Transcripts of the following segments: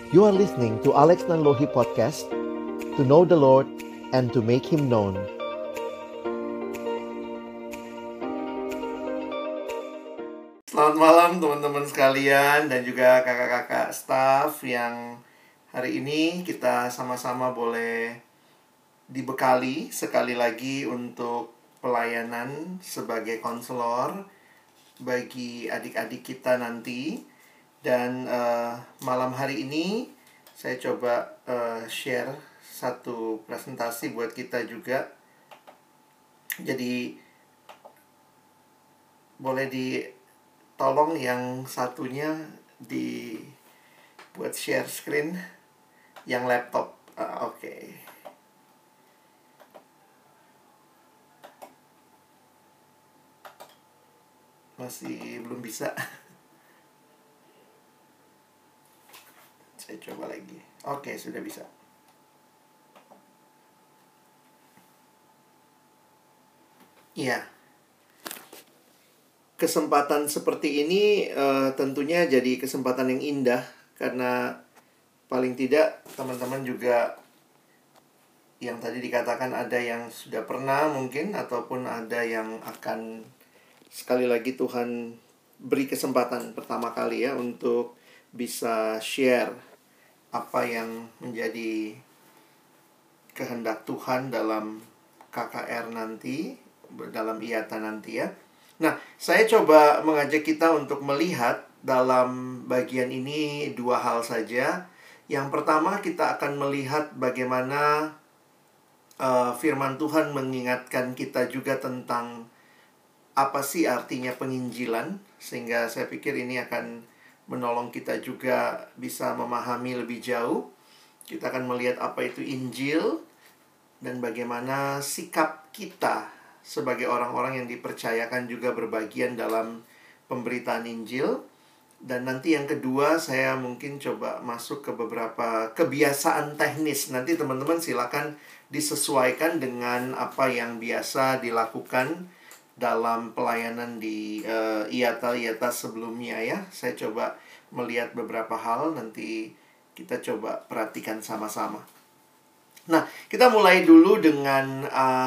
You are listening to Alex Nanlohi Podcast, to know the Lord and to make Him known. Selamat malam teman-teman sekalian dan juga kakak-kakak staff yang hari ini kita sama-sama boleh dibekali sekali lagi untuk pelayanan sebagai konselor bagi adik-adik kita nanti. Dan malam hari ini saya coba share satu presentasi buat kita juga. Jadi boleh ditolong yang satunya buat share screen yang laptop. Oke. Masih belum bisa. Saya coba lagi. Oke, sudah bisa. Iya. Kesempatan seperti ini tentunya jadi kesempatan yang indah, karena paling tidak teman-teman juga yang tadi dikatakan ada yang sudah pernah mungkin, ataupun ada yang akan sekali lagi Tuhan beri kesempatan pertama kali ya untuk bisa share apa yang menjadi kehendak Tuhan dalam KKR nanti, dalam IATA nanti ya. Nah, saya coba mengajak kita untuk melihat dalam bagian ini dua hal saja. Yang pertama, kita akan melihat bagaimana firman Tuhan mengingatkan kita juga tentang apa sih artinya penginjilan, sehingga saya pikir ini akan menolong kita juga bisa memahami lebih jauh. Kita akan melihat apa itu Injil dan bagaimana sikap kita sebagai orang-orang yang dipercayakan juga berbagian dalam pemberitaan Injil. Dan nanti yang kedua, saya mungkin coba masuk ke beberapa kebiasaan teknis. Nanti teman-teman silakan disesuaikan dengan apa yang biasa dilakukan dalam pelayanan di IATA sebelumnya ya. Saya coba melihat beberapa hal, nanti kita coba perhatikan sama-sama. Nah, kita mulai dulu dengan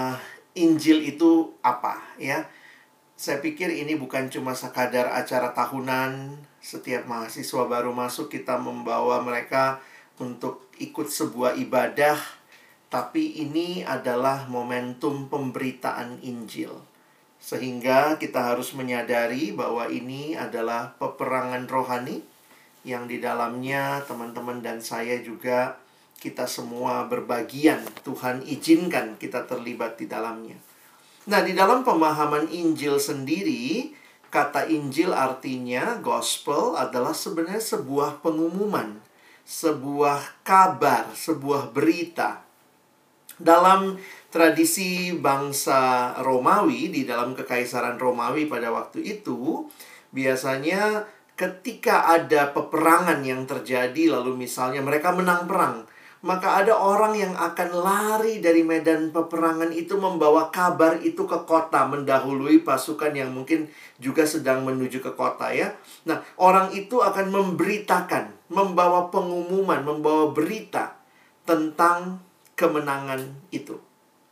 Injil itu apa ya. Saya pikir ini bukan cuma sekadar acara tahunan. Setiap mahasiswa baru masuk kita membawa mereka untuk ikut sebuah ibadah, tapi ini adalah momentum pemberitaan Injil. Sehingga kita harus menyadari bahwa ini adalah peperangan rohani yang di dalamnya teman-teman dan saya juga, kita semua berbagian. Tuhan izinkan kita terlibat di dalamnya. Nah, di dalam pemahaman Injil sendiri, kata Injil artinya gospel adalah sebenarnya sebuah pengumuman, sebuah kabar, sebuah berita. Dalam tradisi bangsa Romawi, di dalam kekaisaran Romawi pada waktu itu, biasanya ketika ada peperangan yang terjadi, lalu misalnya mereka menang perang, maka ada orang yang akan lari dari medan peperangan itu membawa kabar itu ke kota, mendahului pasukan yang mungkin juga sedang menuju ke kota ya. Nah, orang itu akan memberitakan, membawa pengumuman, membawa berita tentang kemenangan itu.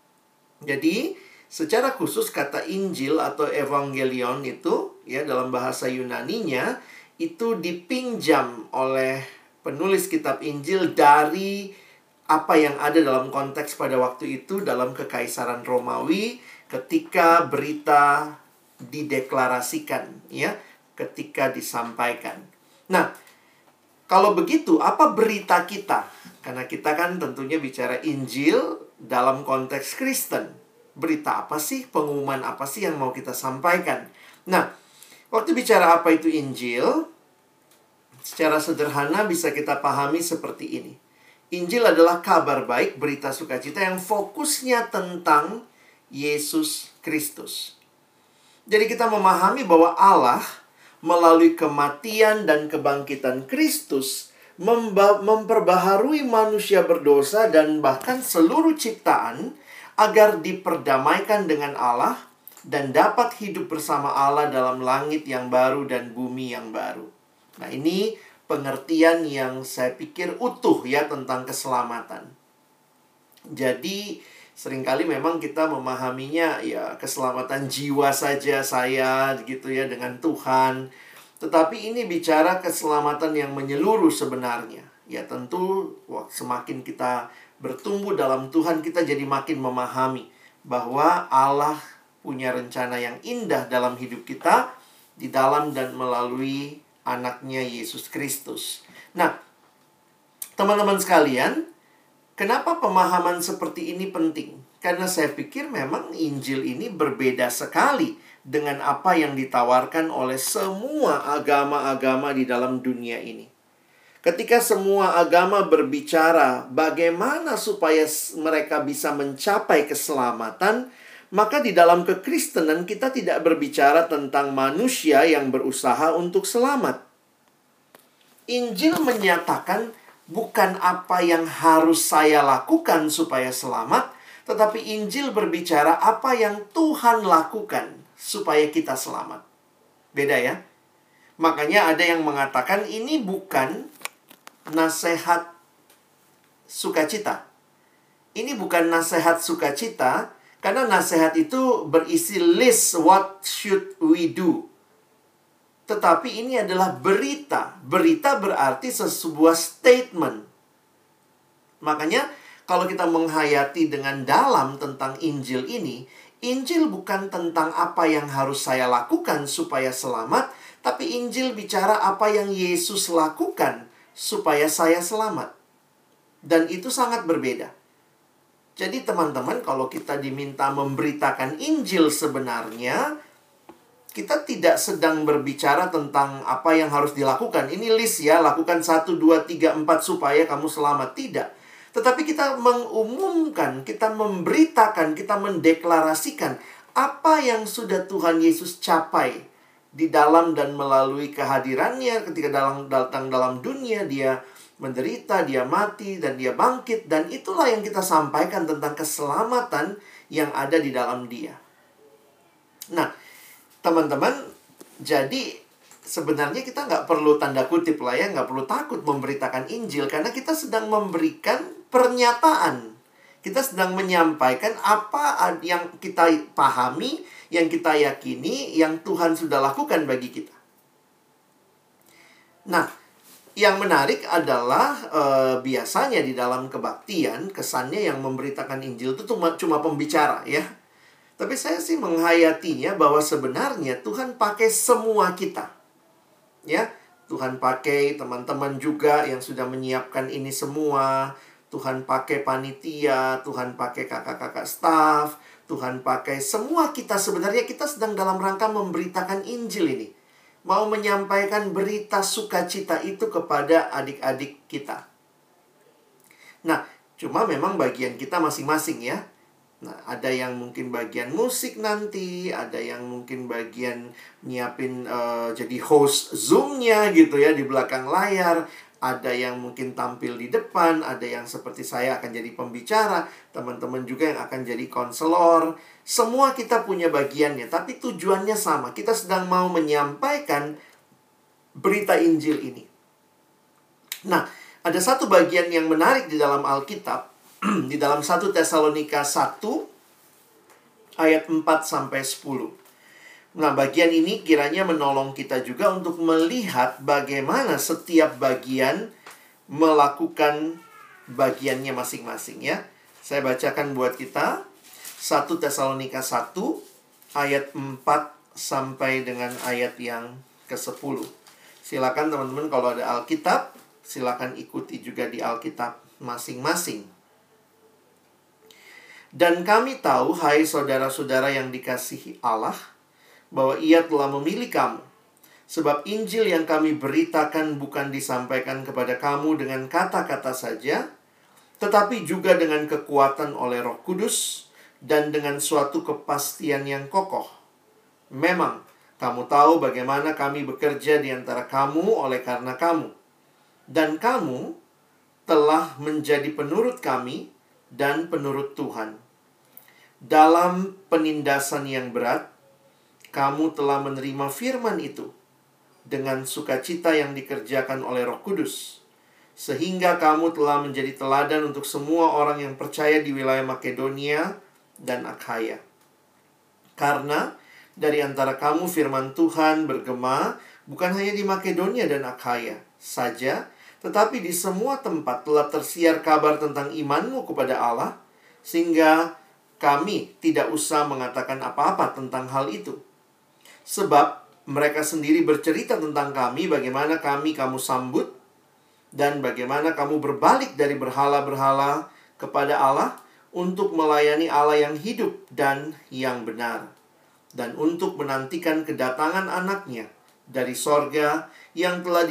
Jadi, secara khusus kata Injil atau Evangelion itu ya dalam bahasa Yunaninya itu dipinjam oleh penulis kitab Injil dari apa yang ada dalam konteks pada waktu itu dalam kekaisaran Romawi ketika berita dideklarasikan ya, ketika disampaikan. Nah, kalau begitu apa berita kita? Karena kita kan tentunya bicara Injil dalam konteks Kristen. Berita apa sih? Pengumuman apa sih yang mau kita sampaikan? Nah, waktu bicara apa itu Injil, secara sederhana bisa kita pahami seperti ini. Injil adalah kabar baik, berita sukacita yang fokusnya tentang Yesus Kristus. Jadi kita memahami bahwa Allah melalui kematian dan kebangkitan Kristus memperbaharui manusia berdosa dan bahkan seluruh ciptaan agar diperdamaikan dengan Allah dan dapat hidup bersama Allah dalam langit yang baru dan bumi yang baru. Nah, ini pengertian yang saya pikir utuh ya tentang keselamatan. Jadi seringkali memang kita memahaminya ya keselamatan jiwa saja saya gitu ya dengan Tuhan. Tetapi ini bicara keselamatan yang menyeluruh sebenarnya. Ya tentu semakin kita bertumbuh dalam Tuhan, kita jadi makin memahami bahwa Allah punya rencana yang indah dalam hidup kita, di dalam dan melalui anaknya Yesus Kristus. Nah, teman-teman sekalian, kenapa pemahaman seperti ini penting? Karena saya pikir memang Injil ini berbeda sekali dengan apa yang ditawarkan oleh semua agama-agama di dalam dunia ini. Ketika semua agama berbicara bagaimana supaya mereka bisa mencapai keselamatan, maka di dalam kekristenan kita tidak berbicara tentang manusia yang berusaha untuk selamat. Injil menyatakan bukan apa yang harus saya lakukan supaya selamat, tetapi Injil berbicara apa yang Tuhan lakukan supaya kita selamat. Beda ya? Makanya ada yang mengatakan ini bukan nasihat sukacita. Ini bukan nasihat sukacita, karena nasihat itu berisi list what should we do. Tetapi ini adalah berita. Berita berarti sebuah statement. Makanya kalau kita menghayati dengan dalam tentang Injil ini, Injil bukan tentang apa yang harus saya lakukan supaya selamat, tapi Injil bicara apa yang Yesus lakukan supaya saya selamat. Dan itu sangat berbeda. Jadi teman-teman, kalau kita diminta memberitakan Injil sebenarnya, kita tidak sedang berbicara tentang apa yang harus dilakukan. Ini list ya, lakukan 1, 2, 3, 4 supaya kamu selamat. Tidak. Tetapi kita mengumumkan, kita memberitakan, kita mendeklarasikan apa yang sudah Tuhan Yesus capai di dalam dan melalui kehadirannya ketika datang dalam dunia. Dia menderita, dia mati, dan dia bangkit. Dan itulah yang kita sampaikan tentang keselamatan yang ada di dalam dia. Nah, teman-teman, jadi sebenarnya kita nggak perlu tanda kutip lah ya, nggak perlu takut memberitakan Injil, karena kita sedang memberikan pernyataan. Kita sedang menyampaikan apa yang kita pahami, yang kita yakini, yang Tuhan sudah lakukan bagi kita. Nah, yang menarik adalah biasanya di dalam kebaktian, kesannya yang memberitakan Injil itu cuma pembicara ya. Tapi saya sih menghayatinya bahwa sebenarnya Tuhan pakai semua kita. Ya, Tuhan pakai teman-teman juga yang sudah menyiapkan ini semua. Tuhan pakai panitia, Tuhan pakai kakak-kakak staf, Tuhan pakai semua kita. Sebenarnya kita sedang dalam rangka memberitakan Injil ini. Mau menyampaikan berita sukacita itu kepada adik-adik kita. Nah, cuma memang bagian kita masing-masing ya. Nah, ada yang mungkin bagian musik nanti, ada yang mungkin bagian nyiapin jadi host Zoom-nya gitu ya di belakang layar. Ada yang mungkin tampil di depan, ada yang seperti saya akan jadi pembicara, teman-teman juga yang akan jadi konselor. Semua kita punya bagiannya, tapi tujuannya sama. Kita sedang mau menyampaikan berita Injil ini. Nah, ada satu bagian yang menarik di dalam Alkitab, di dalam 1 Tesalonika 1 ayat 4-10. Nah, bagian ini kiranya menolong kita juga untuk melihat bagaimana setiap bagian melakukan bagiannya masing-masing ya. Saya bacakan buat kita 1 Tesalonika 1 ayat 4 sampai dengan ayat yang ke-10. Silakan teman-teman kalau ada Alkitab, silakan ikuti juga di Alkitab masing-masing. Dan kami tahu, hai saudara-saudara yang dikasihi Allah, bahwa Ia telah memilih kamu. Sebab Injil yang kami beritakan bukan disampaikan kepada kamu dengan kata-kata saja, tetapi juga dengan kekuatan oleh Roh Kudus dan dengan suatu kepastian yang kokoh. Memang, kamu tahu bagaimana kami bekerja di antara kamu oleh karena kamu. Dan kamu telah menjadi penurut kami dan penurut Tuhan. Dalam penindasan yang berat, kamu telah menerima firman itu dengan sukacita yang dikerjakan oleh Roh Kudus, sehingga kamu telah menjadi teladan untuk semua orang yang percaya di wilayah Makedonia dan Akhaya. Karena dari antara kamu firman Tuhan bergema bukan hanya di Makedonia dan Akhaya saja, tetapi di semua tempat telah tersiar kabar tentang imanmu kepada Allah, sehingga kami tidak usah mengatakan apa-apa tentang hal itu. Sebab mereka sendiri bercerita tentang kami, bagaimana kamu sambut, dan bagaimana kamu berbalik dari berhala-berhala kepada Allah untuk melayani Allah yang hidup dan yang benar, dan untuk menantikan kedatangan anaknya dari sorga yang telah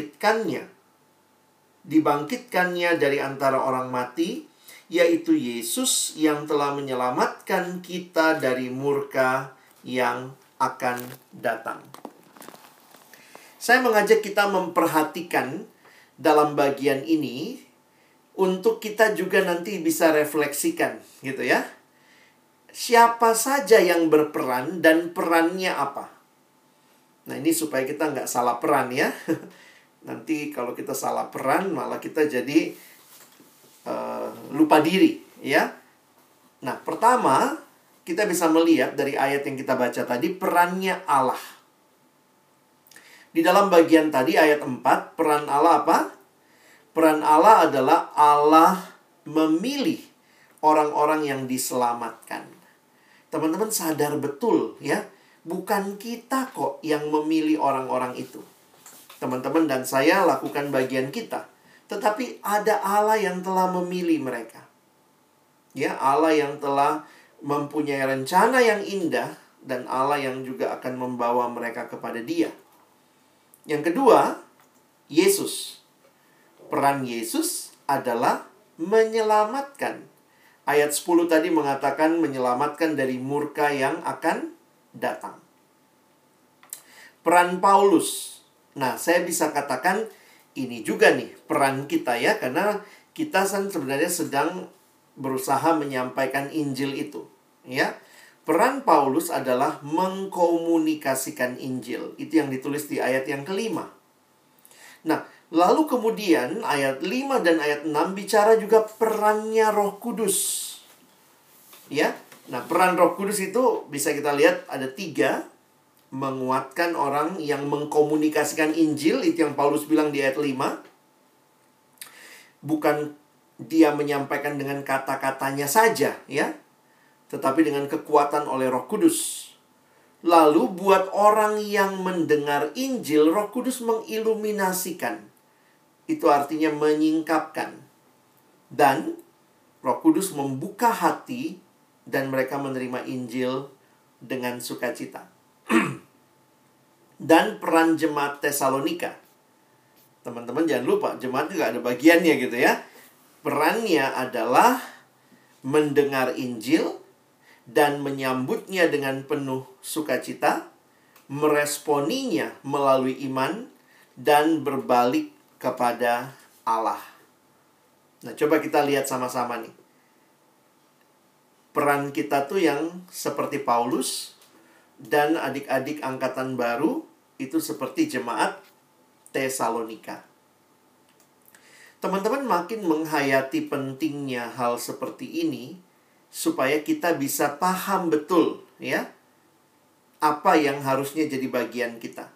dibangkitkannya dari antara orang mati, yaitu Yesus yang telah menyelamatkan kita dari murka yang akan datang. Saya mengajak kita memperhatikan dalam bagian ini untuk kita juga nanti bisa refleksikan, gitu ya. Siapa saja yang berperan dan perannya apa? Nah, ini supaya kita nggak salah peran ya. Nanti kalau kita salah peran malah kita jadi lupa diri, ya. Nah, pertama kita bisa melihat dari ayat yang kita baca tadi, perannya Allah. Di dalam bagian tadi ayat 4, peran Allah apa? Peran Allah adalah Allah memilih orang-orang yang diselamatkan. Teman-teman sadar betul ya, bukan kita kok yang memilih orang-orang itu. Teman-teman dan saya lakukan bagian kita, tetapi ada Allah yang telah memilih mereka. Ya, Allah yang telah mempunyai rencana yang indah, dan Allah yang juga akan membawa mereka kepada Dia. Yang kedua, Yesus. Peran Yesus adalah menyelamatkan. Ayat 10 tadi mengatakan menyelamatkan dari murka yang akan datang. Peran Paulus. Nah, saya bisa katakan ini juga nih peran kita ya, karena kita sebenarnya sedang berusaha menyampaikan Injil itu, ya. Peran Paulus adalah mengkomunikasikan Injil. Itu yang ditulis di ayat yang kelima. Nah, lalu kemudian ayat 5 dan ayat 6 bicara juga perannya Roh Kudus. Ya. Nah, peran Roh Kudus itu bisa kita lihat ada 3. Menguatkan orang yang mengkomunikasikan Injil, itu yang Paulus bilang di ayat 5. Bukan dia menyampaikan dengan kata-katanya saja, ya, tetapi dengan kekuatan oleh Roh Kudus. Lalu buat orang yang mendengar Injil, Roh Kudus mengiluminasikan. Itu artinya menyingkapkan. Dan Roh Kudus membuka hati dan mereka menerima Injil dengan sukacita. Dan peran jemaat Tesalonika. Teman-teman jangan lupa, jemaat juga ada bagiannya gitu ya. Perannya adalah mendengar Injil dan menyambutnya dengan penuh sukacita, meresponinya melalui iman, dan berbalik kepada Allah. Nah, coba kita lihat sama-sama nih. Peran kita tuh yang seperti Paulus, dan adik-adik angkatan baru itu seperti jemaat Tesalonika. Teman-teman makin menghayati pentingnya hal seperti ini supaya kita bisa paham betul ya apa yang harusnya jadi bagian kita.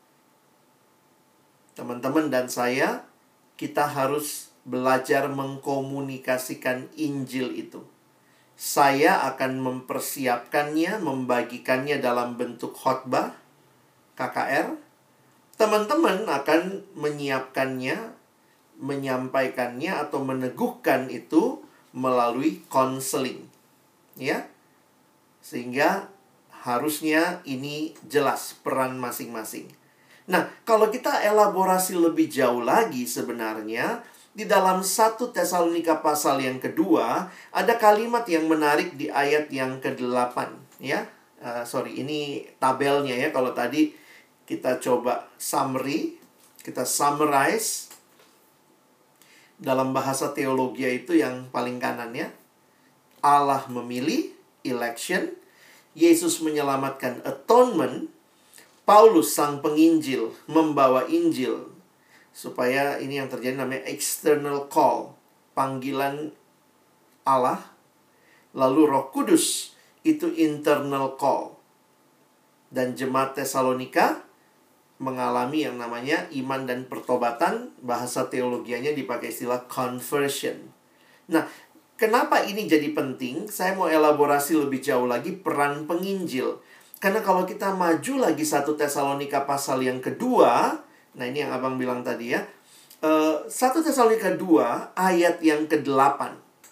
Teman-teman dan saya, kita harus belajar mengkomunikasikan Injil itu. Saya akan mempersiapkannya, membagikannya dalam bentuk khotbah, KKR. Teman-teman akan menyiapkannya, menyampaikannya atau meneguhkan itu melalui konseling. Ya. Sehingga harusnya ini jelas peran masing-masing. Nah, kalau kita elaborasi lebih jauh lagi sebenarnya, di dalam 1 Tesalonika pasal yang kedua, ada kalimat yang menarik di ayat yang ke-8. Ya. Ini tabelnya ya. Kalau tadi kita coba summary, kita summarize. Dalam bahasa teologi itu yang paling kanan ya. Allah memilih, election. Yesus menyelamatkan, atonement. Paulus sang penginjil membawa Injil, supaya ini yang terjadi namanya external call, panggilan Allah. Lalu Roh Kudus itu internal call. Dan jemaat Tesalonika mengalami yang namanya iman dan pertobatan. Bahasa teologianya dipakai istilah conversion. Nah, kenapa ini jadi penting? Saya mau elaborasi lebih jauh lagi peran penginjil. Karena kalau kita maju lagi 1 Tesalonika pasal yang kedua, nah ini yang abang bilang tadi ya, 1 Tesalonika 2 ayat yang ke-8.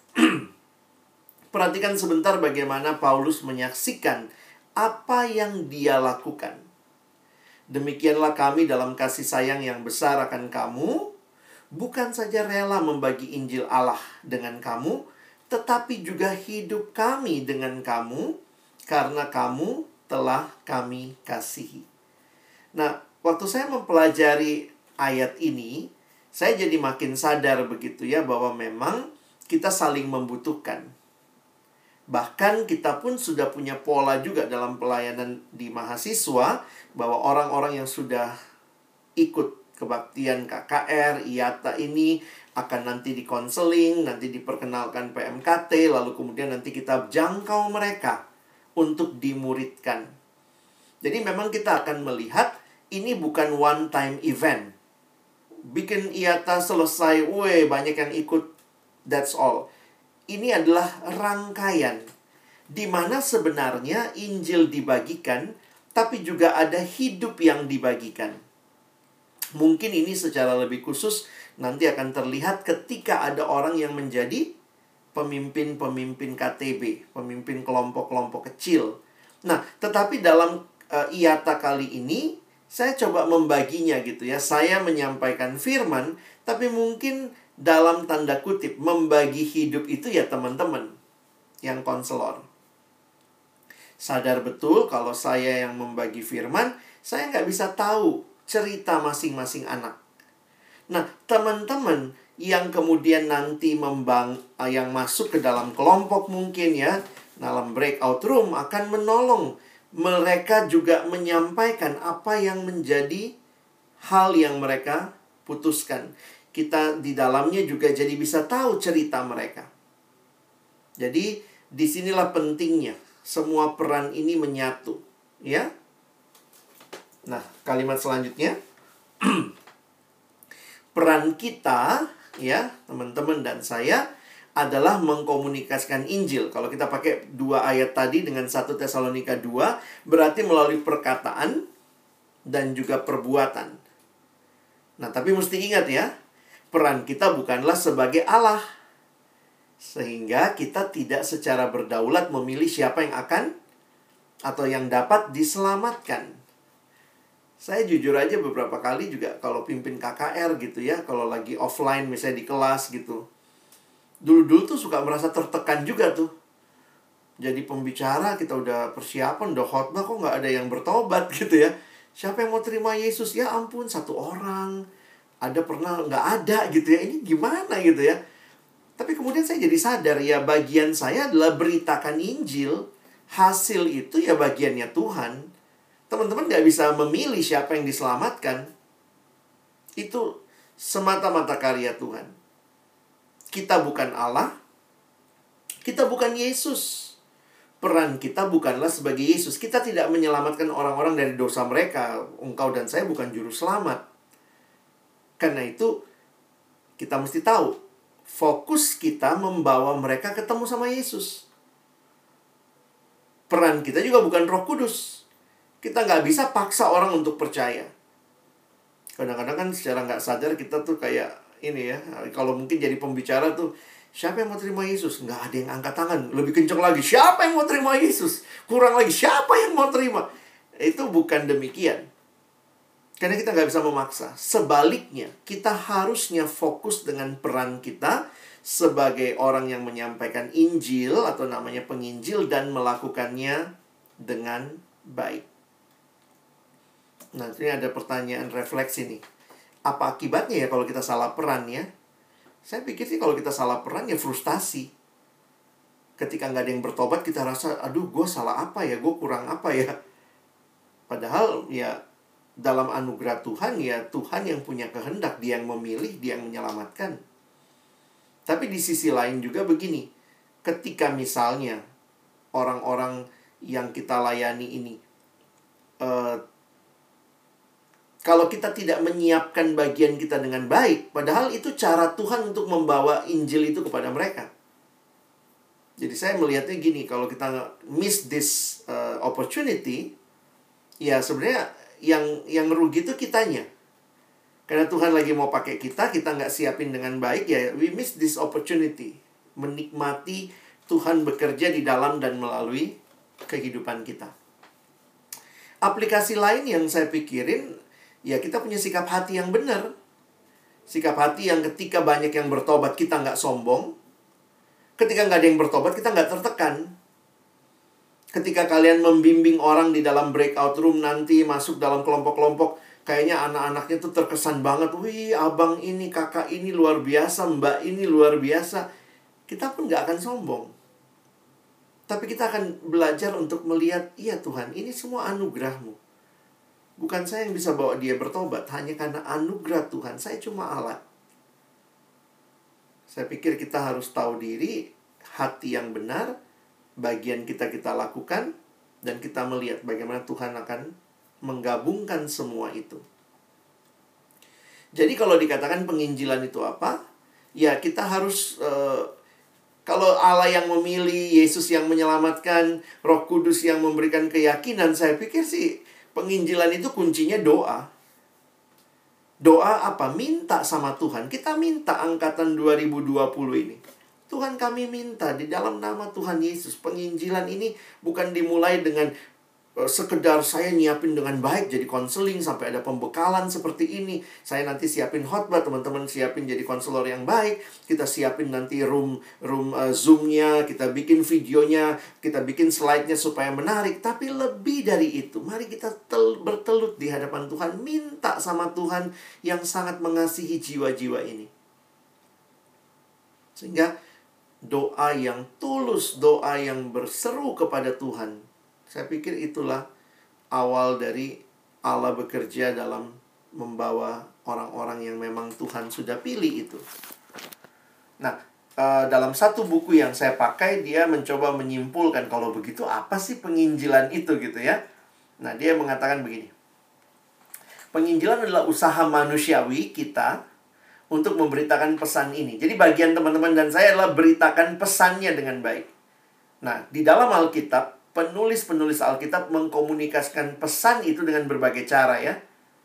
Perhatikan sebentar bagaimana Paulus menyaksikan apa yang dia lakukan. Demikianlah kami dalam kasih sayang yang besar akan kamu, bukan saja rela membagi Injil Allah dengan kamu, tetapi juga hidup kami dengan kamu, karena kamu telah kami kasihi. Nah, waktu saya mempelajari ayat ini, saya jadi makin sadar begitu ya, bahwa memang kita saling membutuhkan. Bahkan kita pun sudah punya pola juga dalam pelayanan di mahasiswa, bahwa orang-orang yang sudah ikut kebaktian KKR, IATA ini akan nanti dikonseling, nanti diperkenalkan PMKT, lalu kemudian nanti kita jangkau mereka untuk dimuridkan. Jadi memang kita akan melihat ini bukan one time event. Bikin IATA selesai, banyak yang ikut, that's all. Ini adalah rangkaian di mana sebenarnya Injil dibagikan, tapi juga ada hidup yang dibagikan. Mungkin ini secara lebih khusus nanti akan terlihat ketika ada orang yang menjadi pemimpin-pemimpin KTB, pemimpin kelompok-kelompok kecil. Nah, tetapi dalam IATA kali ini, saya coba membaginya gitu ya. Saya menyampaikan firman, tapi mungkin dalam tanda kutip, membagi hidup itu ya teman-teman yang konselor. Sadar betul kalau saya yang membagi firman, saya nggak bisa tahu cerita masing-masing anak. Nah, teman-teman yang kemudian nanti yang masuk ke dalam kelompok mungkin ya, dalam breakout room akan menolong mereka juga menyampaikan apa yang menjadi hal yang mereka putuskan. Kita di dalamnya juga jadi bisa tahu cerita mereka. Jadi disinilah pentingnya semua peran ini menyatu, ya. Nah, kalimat selanjutnya, peran kita, ya, teman-teman dan saya adalah mengkomunikasikan Injil. Kalau kita pakai 2 ayat tadi dengan 1 Tesalonika 2, berarti melalui perkataan dan juga perbuatan. Nah, tapi mesti ingat ya, peran kita bukanlah sebagai Allah. Sehingga kita tidak secara berdaulat memilih siapa yang akan atau yang dapat diselamatkan. Saya jujur aja beberapa kali juga kalau pimpin KKR gitu ya, kalau lagi offline misalnya di kelas gitu, dulu-dulu tuh suka merasa tertekan juga tuh. Jadi pembicara, kita udah persiapan, udah khotbah, kok nggak ada yang bertobat gitu ya. Siapa yang mau terima Yesus? Ya ampun, 1 orang. Ada pernah nggak ada gitu ya. Ini gimana gitu ya. Tapi kemudian saya jadi sadar ya, bagian saya adalah beritakan Injil. Hasil itu ya bagiannya Tuhan. Teman-teman nggak bisa memilih siapa yang diselamatkan. Itu semata-mata karya Tuhan. Kita bukan Allah. Kita bukan Yesus. Peran kita bukanlah sebagai Yesus. Kita tidak menyelamatkan orang-orang dari dosa mereka. Engkau dan saya bukan juru selamat. Karena itu, kita mesti tahu, fokus kita membawa mereka ketemu sama Yesus. Peran kita juga bukan Roh Kudus. Kita nggak bisa paksa orang untuk percaya. Kadang-kadang kan secara nggak sadar kita tuh kayak ini ya, kalau mungkin jadi pembicara tuh, siapa yang mau terima Yesus? Nggak ada yang angkat tangan. Lebih kenceng lagi, siapa yang mau terima Yesus? Kurang lagi, siapa yang mau terima? Itu bukan demikian. Karena kita nggak bisa memaksa. Sebaliknya, kita harusnya fokus dengan peran kita sebagai orang yang menyampaikan Injil atau namanya penginjil dan melakukannya dengan baik. Nah, ini ada pertanyaan refleksi nih. Apa akibatnya ya kalau kita salah peran ya? Saya pikir sih kalau kita salah peran ya frustasi. Ketika nggak ada yang bertobat, kita rasa, aduh gue salah apa ya? Gue kurang apa ya? Padahal ya dalam anugerah Tuhan, ya Tuhan yang punya kehendak, Dia yang memilih, Dia yang menyelamatkan. Tapi di sisi lain juga begini, ketika misalnya orang-orang yang kita layani ini, kalau kita tidak menyiapkan bagian kita dengan baik, padahal itu cara Tuhan untuk membawa Injil itu kepada mereka. Jadi saya melihatnya gini, kalau kita miss this opportunity, ya sebenarnya yang rugi itu kitanya. Karena Tuhan lagi mau pakai kita nggak siapin dengan baik, ya we miss this opportunity. Menikmati Tuhan bekerja di dalam dan melalui kehidupan kita. Aplikasi lain yang saya pikirin, ya kita punya sikap hati yang benar. Sikap hati yang ketika banyak yang bertobat, kita nggak sombong. Ketika nggak ada yang bertobat, kita nggak tertekan. Ketika kalian membimbing orang di dalam breakout room nanti, masuk dalam kelompok-kelompok, kayaknya anak-anaknya tuh terkesan banget. Wih, abang ini, kakak ini luar biasa, mbak ini luar biasa. Kita pun nggak akan sombong. Tapi kita akan belajar untuk melihat, iya Tuhan, ini semua anugerah-Mu. Bukan saya yang bisa bawa dia bertobat, hanya karena anugerah Tuhan. Saya cuma alat. Saya pikir kita harus tahu diri, hati yang benar, bagian kita lakukan, dan kita melihat bagaimana Tuhan akan menggabungkan semua itu. Jadi kalau dikatakan penginjilan itu apa? Ya kita harus, kalau Allah yang memilih, Yesus yang menyelamatkan, Roh Kudus yang memberikan keyakinan, saya pikir sih penginjilan itu kuncinya doa. Doa apa? Minta sama Tuhan. Kita minta angkatan 2020 ini. Tuhan, kami minta di dalam nama Tuhan Yesus, penginjilan ini bukan dimulai dengan sekedar saya nyiapin dengan baik jadi konseling sampai ada pembekalan seperti ini. Saya nanti siapin khotbah, teman-teman siapin jadi konselor yang baik. Kita siapin nanti room Zoom-nya, kita bikin videonya, kita bikin slide-nya supaya menarik. Tapi lebih dari itu, mari kita bertelut di hadapan Tuhan, minta sama Tuhan yang sangat mengasihi jiwa-jiwa ini. Sehingga doa yang tulus, doa yang berseru kepada Tuhan, saya pikir itulah awal dari Allah bekerja dalam membawa orang-orang yang memang Tuhan sudah pilih itu. Nah, dalam satu buku yang saya pakai, dia mencoba menyimpulkan kalau begitu apa sih penginjilan itu gitu ya. Nah, dia mengatakan begini. Penginjilan adalah usaha manusiawi kita untuk memberitakan pesan ini. Jadi bagian teman-teman dan saya adalah beritakan pesannya dengan baik. Nah, di dalam Alkitab, penulis-penulis Alkitab mengkomunikasikan pesan itu dengan berbagai cara ya.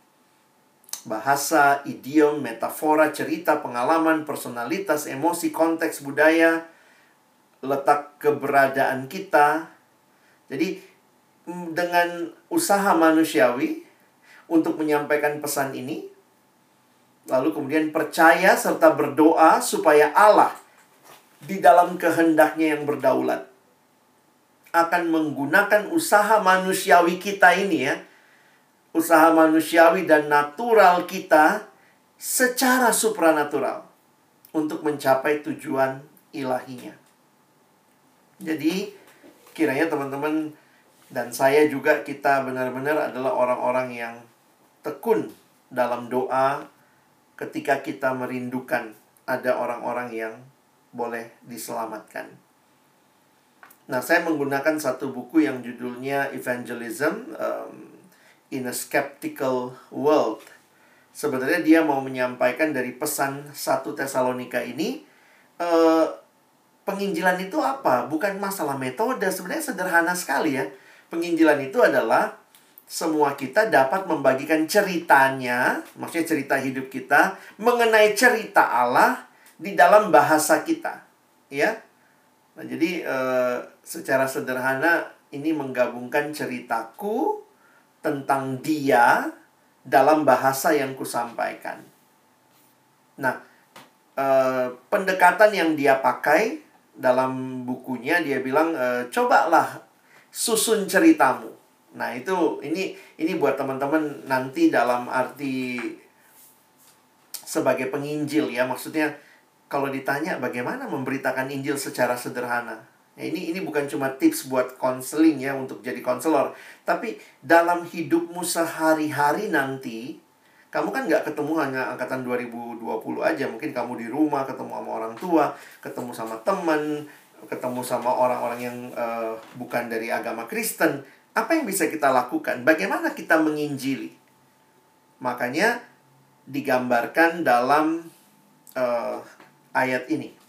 Bahasa, idiom, metafora, cerita, pengalaman, personalitas, emosi, konteks, budaya, letak keberadaan kita. Jadi, dengan usaha manusiawi untuk menyampaikan pesan ini, lalu kemudian percaya serta berdoa supaya Allah di dalam kehendaknya yang berdaulat akan menggunakan usaha manusiawi kita ini ya. Usaha manusiawi dan natural kita secara supranatural untuk mencapai tujuan ilahinya. Jadi kiranya teman-teman dan saya juga kita benar-benar adalah orang-orang yang tekun dalam doa ketika kita merindukan ada orang-orang yang boleh diselamatkan. Nah, saya menggunakan satu buku yang judulnya Evangelism in a Skeptical World. Sebenarnya dia mau menyampaikan dari pesan 1 Tesalonika ini, penginjilan itu apa? Bukan masalah metode, sebenarnya sederhana sekali ya. Penginjilan itu adalah semua kita dapat membagikan ceritanya, maksudnya cerita hidup kita, mengenai cerita Allah di dalam bahasa kita. Ya. Nah, jadi secara sederhana ini menggabungkan ceritaku tentang Dia dalam bahasa yang kusampaikan. Nah, pendekatan yang dia pakai dalam bukunya, dia bilang cobalah susun ceritamu. Nah, ini buat teman-teman nanti dalam arti sebagai penginjil ya, maksudnya kalau ditanya bagaimana memberitakan Injil secara sederhana, Nah, ini bukan cuma tips buat konseling ya, untuk jadi konselor. Tapi dalam hidupmu sehari-hari nanti, kamu kan nggak ketemu hanya angkatan 2020 aja. Mungkin kamu di rumah, ketemu sama orang tua, ketemu sama teman, ketemu sama orang-orang yang bukan dari agama Kristen. Apa yang bisa kita lakukan? Bagaimana kita menginjili? Makanya digambarkan dalam ayat ini.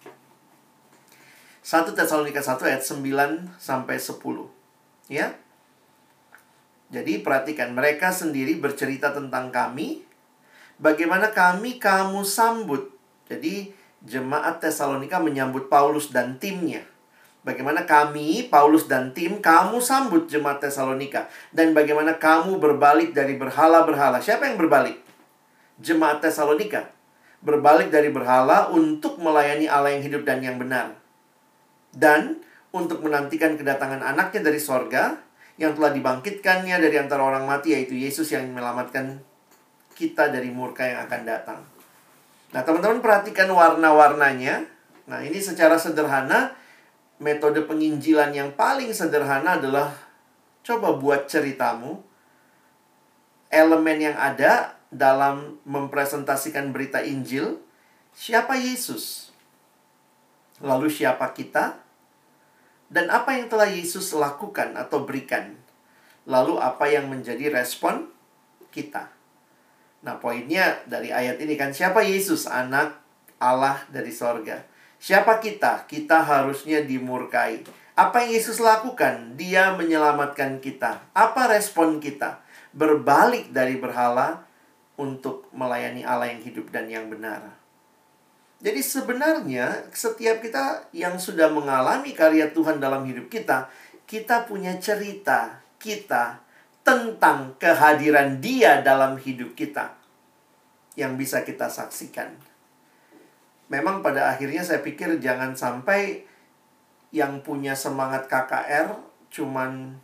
1 Tesalonika 1 ayat 9 sampai 10. Ya. Jadi perhatikan, mereka sendiri bercerita tentang kami, bagaimana kamu sambut. Jadi jemaat Tesalonika menyambut Paulus dan timnya. Bagaimana kami, Paulus dan tim, kamu sambut jemaat Tesalonika. Dan bagaimana kamu berbalik dari berhala-berhala. Siapa yang berbalik? Jemaat Tesalonika. Berbalik dari berhala untuk melayani Allah yang hidup dan yang benar. Dan untuk menantikan kedatangan anaknya dari sorga, yang telah dibangkitkannya dari antara orang mati, yaitu Yesus yang menyelamatkan kita dari murka yang akan datang. Nah, teman-teman perhatikan warna-warnanya. Nah, ini secara sederhana, metode penginjilan yang paling sederhana adalah coba buat ceritamu. Elemen yang ada dalam mempresentasikan berita Injil, siapa Yesus? Lalu siapa kita? Dan apa yang telah Yesus lakukan atau berikan? Lalu apa yang menjadi respon kita? Nah, poinnya dari ayat ini kan, siapa Yesus? Anak Allah dari sorga. Siapa kita? Kita harusnya dimurkai. Apa yang Yesus lakukan? Dia menyelamatkan kita. Apa respon kita? Berbalik dari berhala untuk melayani Allah yang hidup dan yang benar. Jadi sebenarnya setiap kita yang sudah mengalami karya Tuhan dalam hidup kita, kita punya cerita kita tentang kehadiran Dia dalam hidup kita yang bisa kita saksikan. Memang pada akhirnya saya pikir jangan sampai yang punya semangat KKR cuman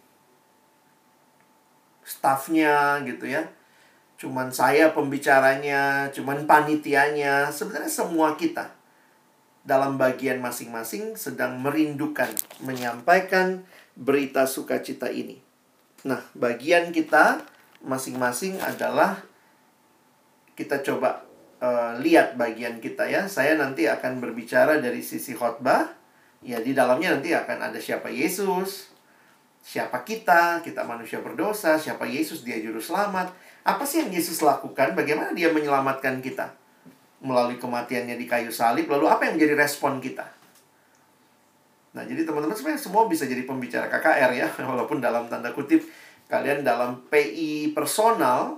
stafnya gitu ya. Cuman saya pembicaranya, cuman panitianya. Sebenarnya semua kita dalam bagian masing-masing sedang merindukan menyampaikan berita sukacita ini. Nah, bagian kita masing-masing adalah kita coba lihat bagian kita ya. Saya nanti akan berbicara dari sisi khotbah. Ya, di dalamnya nanti akan ada siapa Yesus, siapa kita manusia berdosa, siapa Yesus, Dia juru selamat. Apa sih yang Yesus lakukan? Bagaimana Dia menyelamatkan kita melalui kematiannya di kayu salib? Lalu apa yang menjadi respon kita? Nah, jadi teman-teman sebenarnya semua bisa jadi pembicara KKR ya. Walaupun dalam tanda kutip kalian dalam PI personal,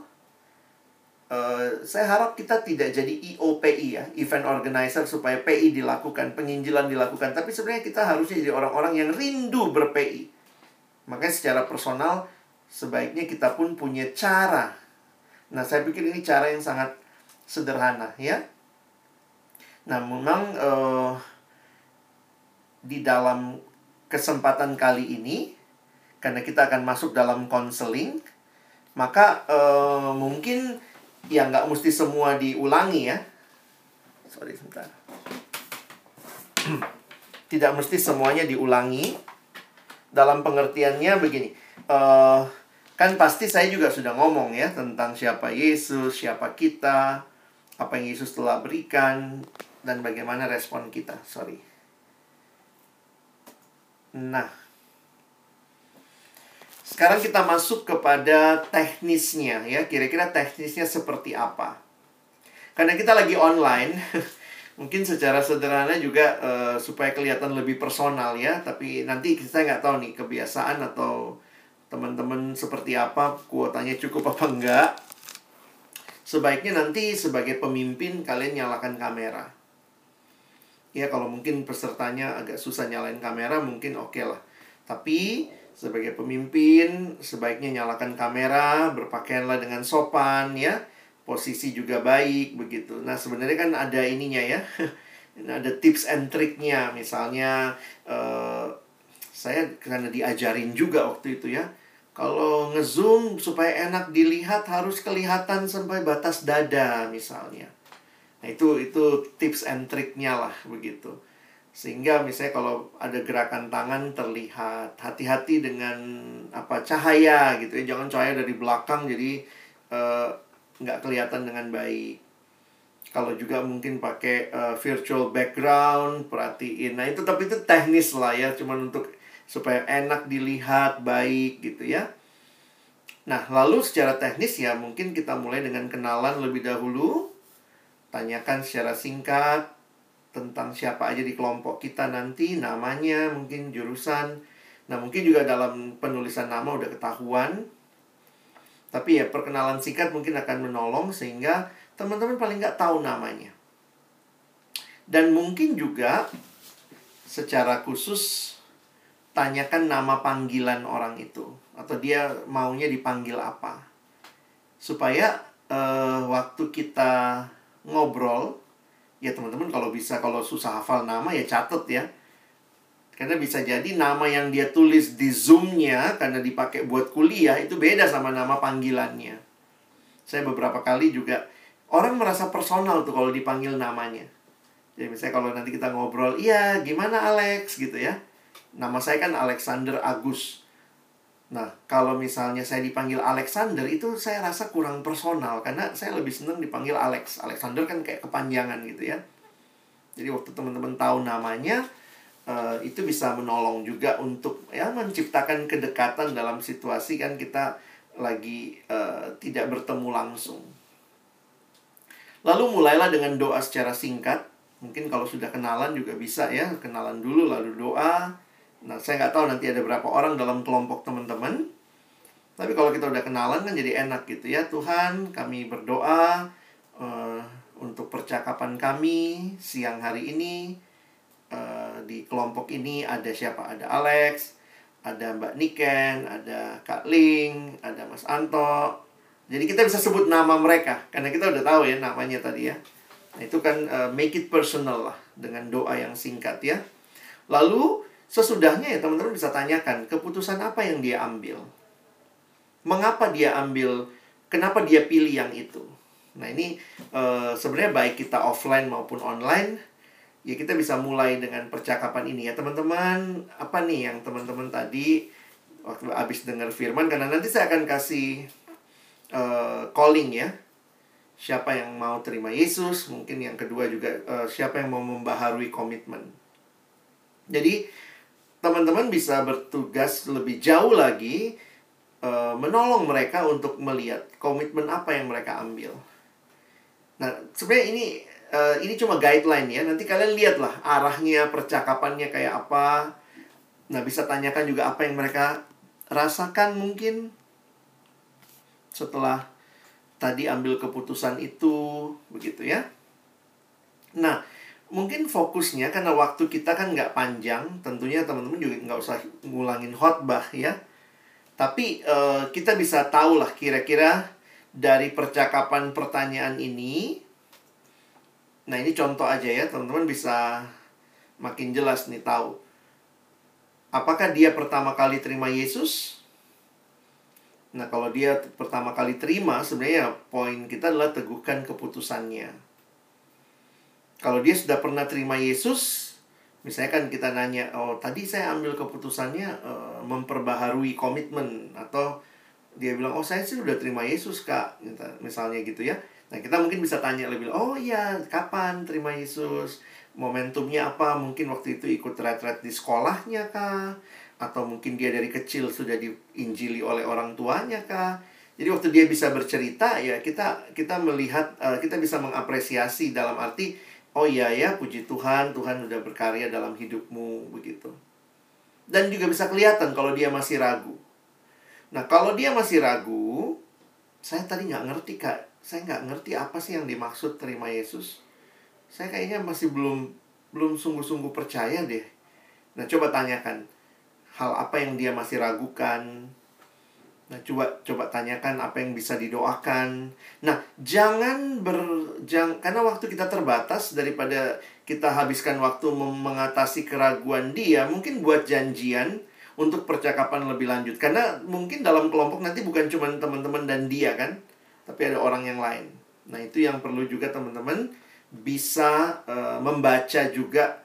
saya harap kita tidak jadi EOPI ya, event organizer, supaya PI dilakukan, penginjilan dilakukan. Tapi sebenarnya kita harusnya jadi orang-orang yang rindu ber-PI. Makanya secara personal sebaiknya kita pun punya cara. Nah, saya pikir ini cara yang sangat sederhana ya. Nah, memang di dalam kesempatan kali ini, karena kita akan masuk dalam konseling, maka mungkin ya nggak mesti semua diulangi ya. Sorry, sebentar. Tidak mesti semuanya diulangi. Dalam pengertiannya begini, kan pasti saya juga sudah ngomong ya tentang siapa Yesus, siapa kita, apa yang Yesus telah berikan, dan bagaimana respon kita. Sorry. Nah, sekarang kita masuk kepada teknisnya ya. Kira-kira teknisnya seperti apa? Karena kita lagi online, mungkin secara sederhana juga supaya kelihatan lebih personal ya. Tapi nanti kita nggak tahu nih kebiasaan atau teman-teman seperti apa, kuotanya cukup apa enggak. Sebaiknya nanti sebagai pemimpin kalian nyalakan kamera. Ya, kalau mungkin pesertanya agak susah nyalain kamera, mungkin oke lah. Tapi sebagai pemimpin sebaiknya nyalakan kamera, berpakaianlah dengan sopan ya. Posisi juga baik begitu. Nah, sebenarnya kan ada ininya ya. Ada tips and triknya. Misalnya saya karena diajarin juga waktu itu ya. Kalau nge-zoom supaya enak dilihat harus kelihatan sampai batas dada misalnya. Nah, itu tips and triknya lah begitu. Sehingga misalnya kalau ada gerakan tangan terlihat, hati-hati dengan cahaya gitu ya, jangan cahaya dari belakang jadi nggak kelihatan dengan baik. Kalau juga mungkin pakai virtual background, perhatiin. Nah itu, tapi itu teknis lah ya, cuman untuk supaya enak dilihat, baik gitu ya. Nah lalu secara teknis ya mungkin kita mulai dengan kenalan lebih dahulu. Tanyakan secara singkat tentang siapa aja di kelompok kita nanti, namanya, mungkin jurusan. Nah mungkin juga dalam penulisan nama udah ketahuan. Tapi ya perkenalan singkat mungkin akan menolong sehingga teman-teman paling nggak tahu namanya. Dan mungkin juga secara khusus tanyakan nama panggilan orang itu, atau dia maunya dipanggil apa. Supaya waktu kita ngobrol, ya teman-teman kalau bisa, kalau susah hafal nama ya catat ya. Karena bisa jadi nama yang dia tulis di Zoom-nya karena dipakai buat kuliah itu beda sama nama panggilannya. Saya beberapa kali juga, orang merasa personal tuh kalau dipanggil namanya. Jadi misalnya kalau nanti kita ngobrol, iya gimana Alex gitu ya. Nama saya kan Alexander Agus. Nah kalau misalnya saya dipanggil Alexander itu saya rasa kurang personal. Karena saya lebih senang dipanggil Alex. Alexander kan kayak kepanjangan gitu ya. Jadi waktu teman-teman tahu namanya, itu bisa menolong juga untuk ya menciptakan kedekatan dalam situasi kan kita lagi tidak bertemu langsung. Lalu mulailah dengan doa secara singkat. Mungkin kalau sudah kenalan juga bisa ya, kenalan dulu lalu doa. Nah saya nggak tahu nanti ada berapa orang dalam kelompok teman-teman. Tapi kalau kita udah kenalan kan jadi enak gitu ya. Tuhan, kami berdoa untuk percakapan kami siang hari ini. Di kelompok ini ada siapa? Ada Alex, ada Mbak Niken, ada Kak Ling, ada Mas Anto. Jadi kita bisa sebut nama mereka karena kita udah tahu ya namanya tadi ya. Nah, itu kan make it personal lah dengan doa yang singkat ya. Lalu sesudahnya ya teman-teman bisa tanyakan keputusan apa yang dia ambil. Mengapa dia ambil, kenapa dia pilih yang itu. Nah ini sebenarnya baik kita offline maupun online. Ya kita bisa mulai dengan percakapan ini ya teman-teman. Apa nih yang teman-teman tadi waktu habis dengar firman, karena nanti saya akan kasih calling ya. Siapa yang mau terima Yesus. Mungkin yang kedua juga siapa yang mau membaharui komitmen. Jadi teman-teman bisa bertugas lebih jauh lagi, menolong mereka untuk melihat komitmen apa yang mereka ambil. Nah sebenarnya ini cuma guideline ya. Nanti kalian lihatlah arahnya, percakapannya kayak apa. Nah bisa tanyakan juga apa yang mereka rasakan mungkin setelah tadi ambil keputusan itu, begitu ya. Nah mungkin fokusnya karena waktu kita kan nggak panjang. Tentunya teman-teman juga nggak usah ngulangin khotbah ya. Tapi kita bisa tahu lah kira-kira dari percakapan pertanyaan ini. Nah ini contoh aja ya, teman-teman bisa makin jelas nih tahu. Apakah dia pertama kali terima Yesus? Nah kalau dia pertama kali terima, sebenarnya poin kita adalah teguhkan keputusannya. Kalau dia sudah pernah terima Yesus, misalnya kan kita nanya, oh tadi saya ambil keputusannya memperbaharui komitmen. Atau dia bilang, oh saya sih sudah terima Yesus kak, misalnya gitu ya. Nah kita mungkin bisa tanya lebih, oh iya kapan terima Yesus, momentumnya apa, mungkin waktu itu ikut retret di sekolahnya kah, atau mungkin dia dari kecil sudah diinjili oleh orang tuanya kah. Jadi waktu dia bisa bercerita ya kita melihat, kita bisa mengapresiasi dalam arti, oh iya ya puji Tuhan, Tuhan sudah berkarya dalam hidupmu begitu. Dan juga bisa kelihatan kalau dia masih ragu. Nah kalau dia masih ragu, saya tadi nggak ngerti kak, saya nggak ngerti apa sih yang dimaksud terima Yesus. Saya kayaknya masih belum sungguh-sungguh percaya deh. Nah coba tanyakan hal apa yang dia masih ragukan. Nah coba tanyakan apa yang bisa didoakan. Nah karena waktu kita terbatas, daripada kita habiskan waktu mengatasi keraguan dia, mungkin buat janjian untuk percakapan lebih lanjut. Karena mungkin dalam kelompok nanti bukan cuma teman-teman dan dia kan, tapi ada orang yang lain. Nah itu yang perlu juga teman-teman bisa membaca juga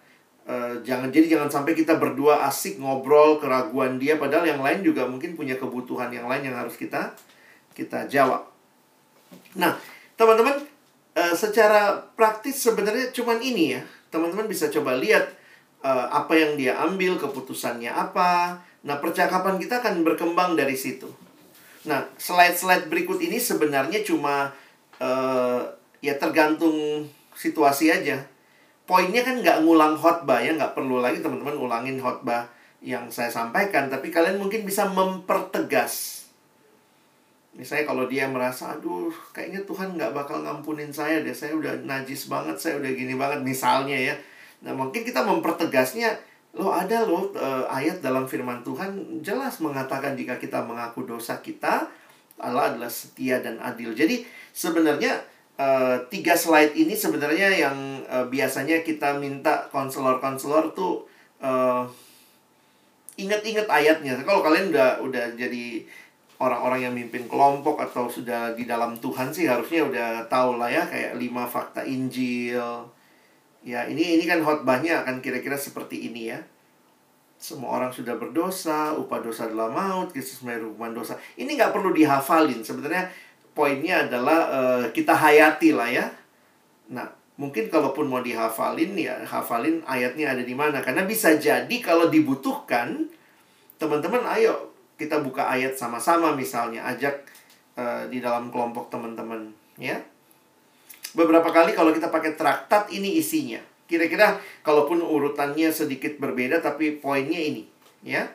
Jangan sampai kita berdua asik ngobrol keraguan dia, padahal yang lain juga mungkin punya kebutuhan yang lain yang harus kita jawab. Nah, teman-teman, secara praktis sebenarnya cuman ini ya. Teman-teman bisa coba lihat apa yang dia ambil, keputusannya apa. Nah, percakapan kita akan berkembang dari situ. Nah, slide-slide berikut ini sebenarnya cuma ya tergantung situasi aja. Poinnya kan nggak ngulang khotbah ya, nggak perlu lagi teman-teman ulangin khotbah yang saya sampaikan, tapi kalian mungkin bisa mempertegas. Misalnya kalau dia merasa, aduh kayaknya Tuhan nggak bakal ngampunin saya deh, saya udah najis banget, saya udah gini banget misalnya ya. Nah mungkin kita mempertegasnya, ada ayat dalam firman Tuhan jelas mengatakan jika kita mengaku dosa kita, Allah adalah setia dan adil. Jadi sebenarnya 3 slide ini sebenarnya yang biasanya kita minta konselor-konselor tuh ingat-ingat ayatnya. Kalau kalian udah jadi orang-orang yang mimpin kelompok atau sudah di dalam Tuhan sih harusnya udah tahu lah ya, kayak 5 fakta Injil. Ya, ini kan khotbahnya akan kira-kira seperti ini ya. Semua orang sudah berdosa, upah dosa adalah maut, Kristus membayar hukuman dosa. Ini nggak perlu dihafalin. Sebenarnya poinnya adalah kita hayati lah ya. Nah, mungkin kalaupun mau dihafalin, ya hafalin ayatnya ada di mana. Karena bisa jadi kalau dibutuhkan, teman-teman ayo kita buka ayat sama-sama misalnya. Ajak di dalam kelompok teman-teman ya. Beberapa kali kalau kita pakai traktat, ini isinya. Kira-kira kalaupun urutannya sedikit berbeda, tapi poinnya ini ya.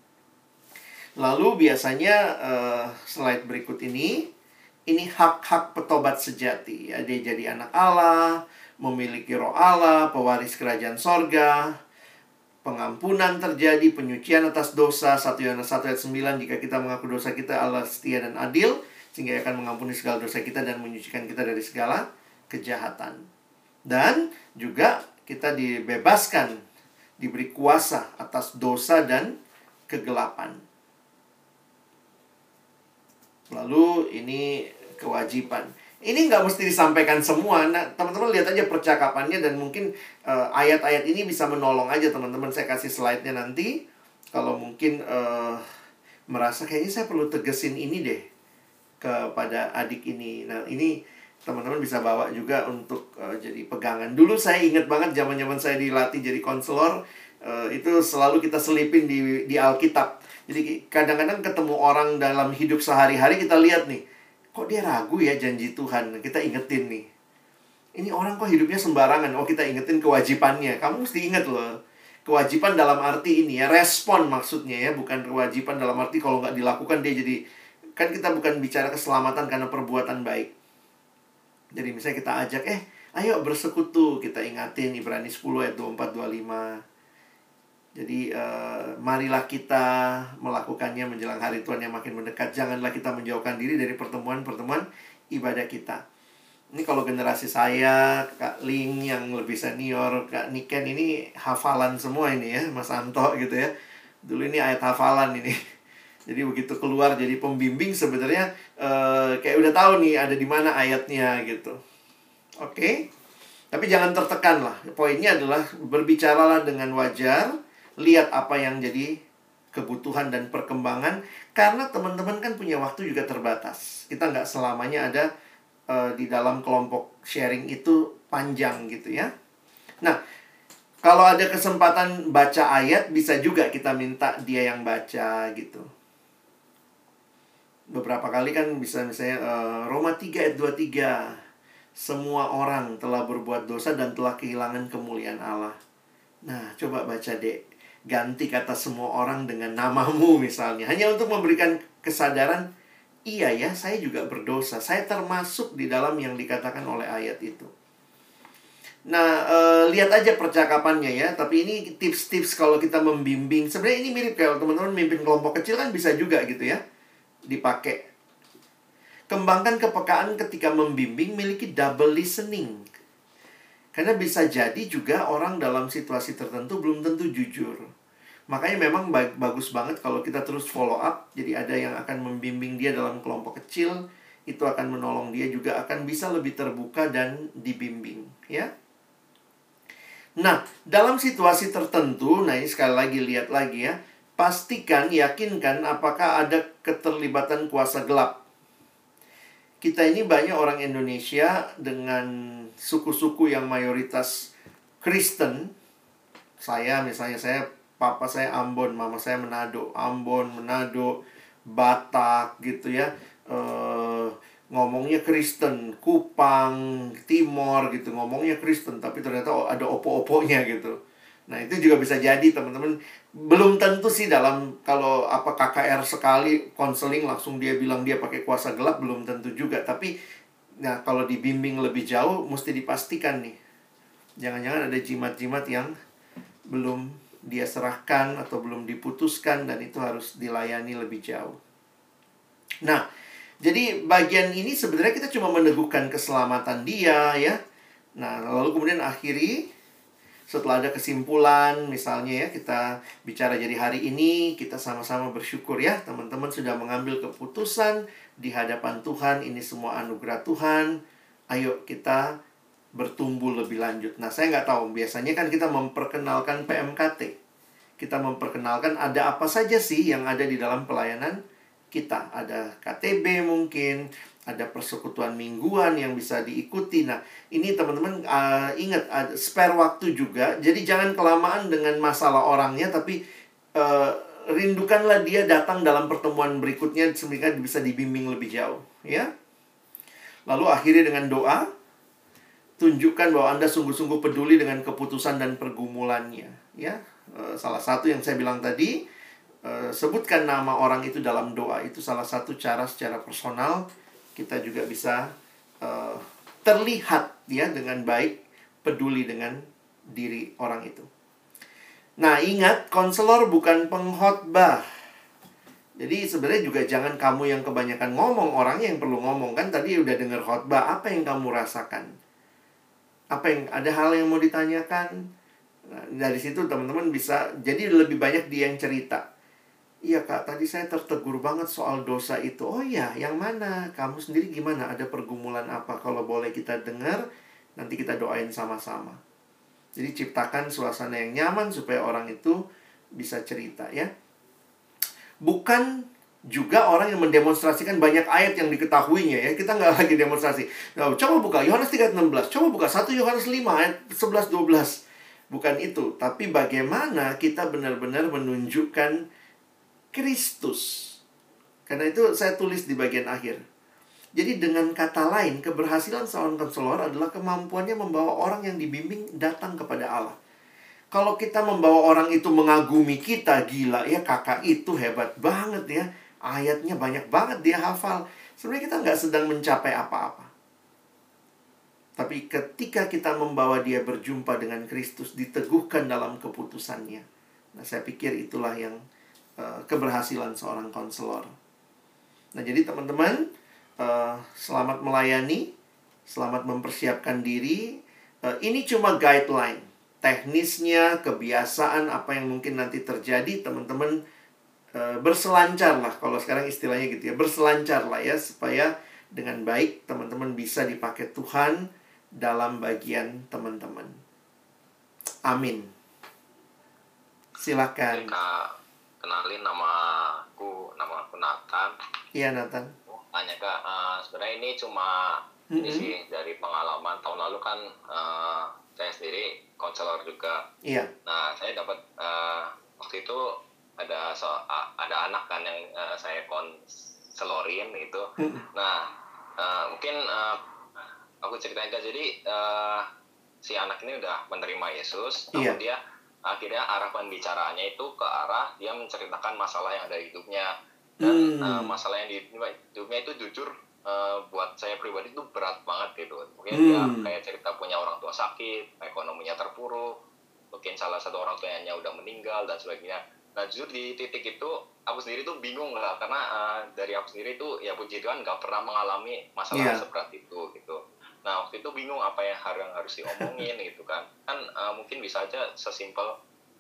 Lalu biasanya slide berikut ini hak-hak petobat sejati ya. Dia jadi anak Allah, memiliki roh Allah, pewaris kerajaan sorga, pengampunan terjadi, penyucian atas dosa. 1 Yohanes 1 ayat 9, jika kita mengaku dosa kita, Allah setia dan adil, sehingga Ia akan mengampuni segala dosa kita dan menyucikan kita dari segala kejahatan. Dan juga kita dibebaskan, diberi kuasa atas dosa dan kegelapan. Lalu ini kewajiban. Ini nggak mesti disampaikan semua. Nah, teman-teman lihat aja percakapannya, dan mungkin ayat-ayat ini bisa menolong aja teman-teman. Saya kasih slide-nya nanti. Kalau mungkin merasa kayaknya saya perlu tegesin ini deh kepada adik ini. Nah, ini teman-teman bisa bawa juga untuk jadi pegangan. Dulu saya ingat banget zaman-zaman saya dilatih jadi konselor, itu selalu kita selipin di Alkitab. Jadi kadang-kadang ketemu orang dalam hidup sehari-hari, kita lihat nih, kok dia ragu ya janji Tuhan. Kita ingetin nih, ini orang kok hidupnya sembarangan. Oh, kita ingetin kewajibannya. Kamu mesti ingat loh, kewajiban dalam arti ini ya, respon maksudnya ya. Bukan kewajiban dalam arti kalau nggak dilakukan dia jadi. Kan kita bukan bicara keselamatan karena perbuatan baik. Jadi misalnya kita ajak, ayo bersekutu. Kita ingatin Ibrani 10 ayat 24-25. Jadi marilah kita melakukannya menjelang hari Tuhan yang makin mendekat. Janganlah kita menjauhkan diri dari pertemuan-pertemuan ibadah kita. Ini kalau generasi saya, Kak Ling yang lebih senior, Kak Niken, ini hafalan semua ini ya, Mas Anto gitu ya. Dulu ini ayat hafalan ini. Jadi begitu keluar jadi pembimbing sebenarnya kayak udah tahu nih ada di mana ayatnya gitu. Oke. Tapi jangan tertekan lah. Poinnya adalah berbicaralah dengan wajar. Lihat apa yang jadi kebutuhan dan perkembangan. Karena teman-teman kan punya waktu juga terbatas. Kita nggak selamanya ada di dalam kelompok sharing itu panjang gitu ya. Nah, kalau ada kesempatan baca ayat, bisa juga kita minta dia yang baca gitu. Beberapa kali kan bisa misalnya Roma 3 ayat 23. Semua orang telah berbuat dosa dan telah kehilangan kemuliaan Allah. Nah, coba baca deh. Ganti kata semua orang dengan namamu misalnya. Hanya untuk memberikan kesadaran, iya ya, saya juga berdosa. Saya termasuk di dalam yang dikatakan oleh ayat itu. Nah, lihat aja percakapannya ya. Tapi ini tips-tips kalau kita membimbing. Sebenarnya ini mirip kayak teman-teman mimpin kelompok kecil kan bisa juga gitu ya, dipakai. Kembangkan kepekaan ketika membimbing, miliki double listening. Karena bisa jadi juga orang dalam situasi tertentu belum tentu jujur. Makanya memang bagus banget kalau kita terus follow up. Jadi ada yang akan membimbing dia dalam kelompok kecil. Itu akan menolong dia juga akan bisa lebih terbuka dan dibimbing ya. Nah, dalam situasi tertentu, nah ini sekali lagi lihat lagi ya, pastikan, yakinkan apakah ada keterlibatan kuasa gelap. Kita ini banyak orang Indonesia dengan suku-suku yang mayoritas Kristen. Papa saya Ambon, mama saya Manado. Ambon, Manado, Batak gitu ya. Ngomongnya Kristen, Kupang, Timor gitu, ngomongnya Kristen, tapi ternyata ada opo-oponya gitu. Nah, itu juga bisa jadi teman-teman. Belum tentu sih kalau KKR sekali konseling langsung dia bilang dia pakai kuasa gelap, belum tentu juga. Tapi nah, kalau dibimbing lebih jauh mesti dipastikan nih. Jangan-jangan ada jimat-jimat yang belum dia serahkan atau belum diputuskan, dan itu harus dilayani lebih jauh. Nah, jadi bagian ini sebenarnya kita cuma meneguhkan keselamatan dia ya. Nah, lalu kemudian akhiri setelah ada kesimpulan, misalnya ya, kita bicara jadi hari ini, kita sama-sama bersyukur ya, teman-teman sudah mengambil keputusan di hadapan Tuhan, ini semua anugerah Tuhan. Ayo kita bertumbuh lebih lanjut. Nah, saya nggak tahu, biasanya kan kita memperkenalkan PMKT. Kita memperkenalkan ada apa saja sih yang ada di dalam pelayanan kita. Ada KTB mungkin, ada persekutuan mingguan yang bisa diikuti. Nah, ini teman-teman ingat, ada spare waktu juga. Jadi jangan kelamaan dengan masalah orangnya, tapi rindukanlah dia datang dalam pertemuan berikutnya sehingga bisa dibimbing lebih jauh, ya. Lalu akhiri dengan doa. Tunjukkan bahwa Anda sungguh-sungguh peduli dengan keputusan dan pergumulannya, ya. Salah satu yang saya bilang tadi, sebutkan nama orang itu dalam doa. Itu salah satu cara secara personal kita juga bisa terlihat ya dengan baik, peduli dengan diri orang itu. Nah, ingat, konselor bukan pengkhotbah. Jadi sebenarnya juga jangan kamu yang kebanyakan ngomong, orangnya yang perlu ngomong. Kan tadi udah dengar khotbah, apa yang kamu rasakan? Ada hal yang mau ditanyakan? Nah, dari situ teman-teman bisa, jadi lebih banyak dia yang cerita. Iya kak, tadi saya tertegur banget soal dosa itu. Oh iya, yang mana? Kamu sendiri gimana? Ada pergumulan apa? Kalau boleh kita dengar, nanti kita doain sama-sama. Jadi ciptakan suasana yang nyaman supaya orang itu bisa cerita ya. Bukan juga orang yang mendemonstrasikan banyak ayat yang diketahuinya ya. Kita nggak lagi demonstrasi. Nah, coba buka Yohanes 3:16. Coba buka 1 Yohanes 5 ayat 11-12. Bukan itu. Tapi bagaimana kita benar-benar menunjukkan Kristus. Karena itu saya tulis di bagian akhir. Jadi dengan kata lain, keberhasilan seorang konselor adalah kemampuannya membawa orang yang dibimbing datang kepada Allah. Kalau kita membawa orang itu mengagumi kita, gila ya, kakak itu hebat banget ya. Ayatnya banyak banget dia hafal. Sebenarnya kita nggak sedang mencapai apa-apa. Tapi ketika kita membawa dia berjumpa dengan Kristus, diteguhkan dalam keputusannya. Nah, saya pikir itulah yang keberhasilan seorang konselor. Nah, jadi teman-teman, selamat melayani, selamat mempersiapkan diri. Ini cuma guideline. Teknisnya, kebiasaan, apa yang mungkin nanti terjadi, teman-teman berselancar lah, kalau sekarang istilahnya gitu ya, berselancar lah ya, supaya dengan baik teman-teman bisa dipakai Tuhan dalam bagian teman-teman. Amin. Silakan. Kak, kenalin nama aku Nathan. Iya, Nathan. Tanya Kak, sebenarnya ini cuma ini sih dari pengalaman tahun lalu kan, saya sendiri konselor juga. Iya. Nah, saya dapat waktu itu ada anak kan yang saya konselorin itu. Nah, mungkin aku ceritain aja. Jadi si anak ini udah menerima Yesus, namun dia akhirnya arah pembicaraannya itu ke arah dia menceritakan masalah yang ada di hidupnya. Dan masalah yang di hidupnya itu jujur buat saya pribadi itu berat banget gitu. Mungkin dia kayak cerita punya orang tua sakit, ekonominya terpuruk, mungkin salah satu orang tuanya udah meninggal dan sebagainya. Nah, jujur di titik itu aku sendiri tuh bingung lah, karena dari aku sendiri tuh ya puji Tuhan gak pernah mengalami masalah seperti itu gitu. Nah, waktu itu bingung apa yang harus diomongin gitu kan. Kan mungkin bisa aja sesimpel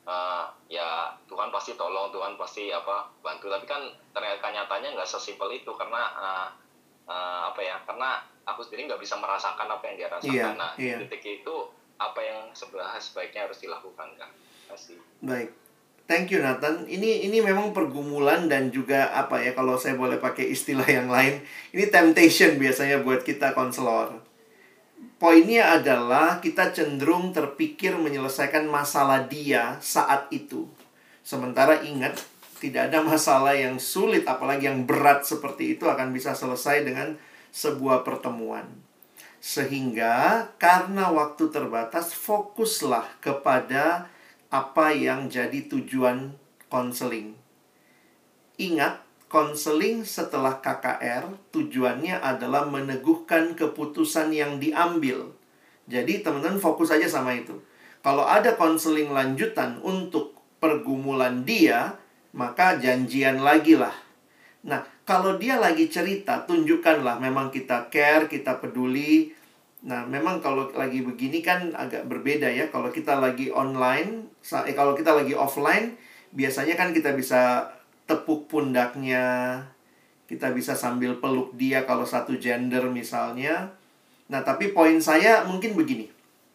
ya Tuhan pasti tolong, Tuhan pasti bantu, tapi kan ternyata nyatanya nggak sesimpel itu, karena karena aku sendiri nggak bisa merasakan apa yang dia rasakan. Nah, di titik itu apa yang sebaiknya harus dilakukan, Kak. Terima kasih. Baik. Thank you, Nathan. Ini memang pergumulan dan juga apa ya, kalau saya boleh pakai istilah yang lain, ini temptation biasanya buat kita konselor. Poinnya adalah kita cenderung terpikir menyelesaikan masalah dia saat itu. Sementara ingat, tidak ada masalah yang sulit, apalagi yang berat seperti itu akan bisa selesai dengan sebuah pertemuan. Sehingga karena waktu terbatas, fokuslah kepada apa yang jadi tujuan konseling. Ingat, konseling setelah KKR tujuannya adalah meneguhkan keputusan yang diambil. Jadi teman-teman fokus aja sama itu. Kalau ada konseling lanjutan untuk pergumulan dia, maka janjian lagi lah. Nah, kalau dia lagi cerita, tunjukkanlah memang kita care, kita peduli. Nah, memang kalau lagi begini kan agak berbeda ya. Kalau kita lagi online, kalau kita lagi offline, biasanya kan kita bisa tepuk pundaknya, kita bisa sambil peluk dia kalau satu gender misalnya. Nah, tapi poin saya mungkin begini.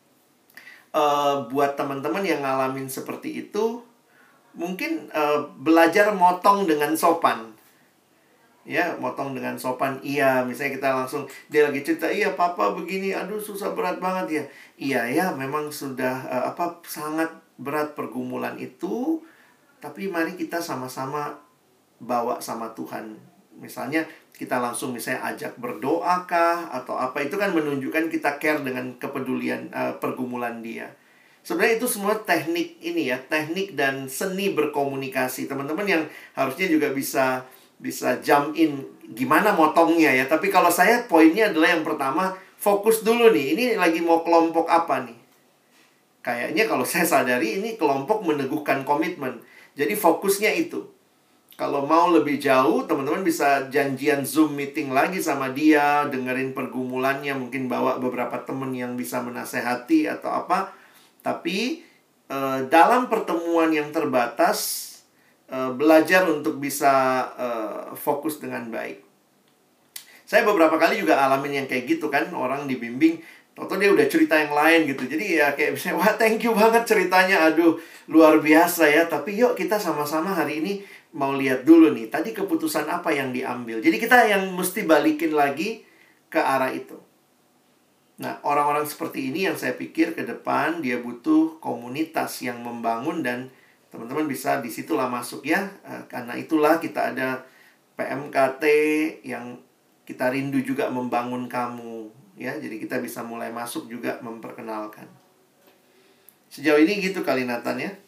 Buat teman-teman yang ngalamin seperti itu, mungkin belajar motong dengan sopan. Ya, motong dengan sopan. Iya, misalnya kita langsung, dia lagi cerita, iya papa begini, aduh susah berat banget ya. Iya ya, memang sudah sangat berat pergumulan itu. Tapi mari kita sama-sama bawa sama Tuhan. Misalnya kita langsung misalnya ajak berdoa kah atau apa, itu kan menunjukkan kita care dengan kepedulian pergumulan dia. Sebenarnya itu semua teknik ini ya, teknik dan seni berkomunikasi. Teman-teman yang harusnya juga bisa jump in gimana motongnya ya. Tapi kalau saya poinnya adalah yang pertama, fokus dulu nih. Ini lagi mau kelompok apa nih? Kayaknya kalau saya sadari ini kelompok meneguhkan komitmen. Jadi fokusnya itu. Kalau mau lebih jauh, teman-teman bisa janjian Zoom meeting lagi sama dia, dengerin pergumulannya, mungkin bawa beberapa teman yang bisa menasehati atau apa. Tapi dalam pertemuan yang terbatas, belajar untuk bisa fokus dengan baik. Saya beberapa kali juga alamin yang kayak gitu kan, orang dibimbing, tau-tau dia udah cerita yang lain gitu. Jadi ya kayak misalnya, wah thank you banget ceritanya, aduh luar biasa ya. Tapi yuk kita sama-sama hari ini mau lihat dulu nih, tadi keputusan apa yang diambil. Jadi kita yang mesti balikin lagi ke arah itu. Nah, orang-orang seperti ini yang saya pikir ke depan dia butuh komunitas yang membangun, dan teman-teman bisa disitulah masuk ya. Karena itulah kita ada PMKT yang kita rindu juga membangun kamu ya. Jadi kita bisa mulai masuk juga memperkenalkan. Sejauh ini gitu kali Nathan ya.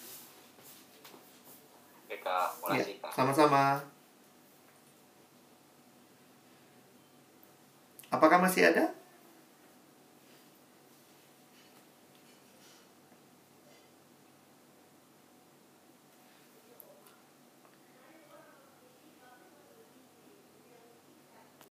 Oke, Kak. Makasih, Kak. Sama-sama. Apakah masih ada?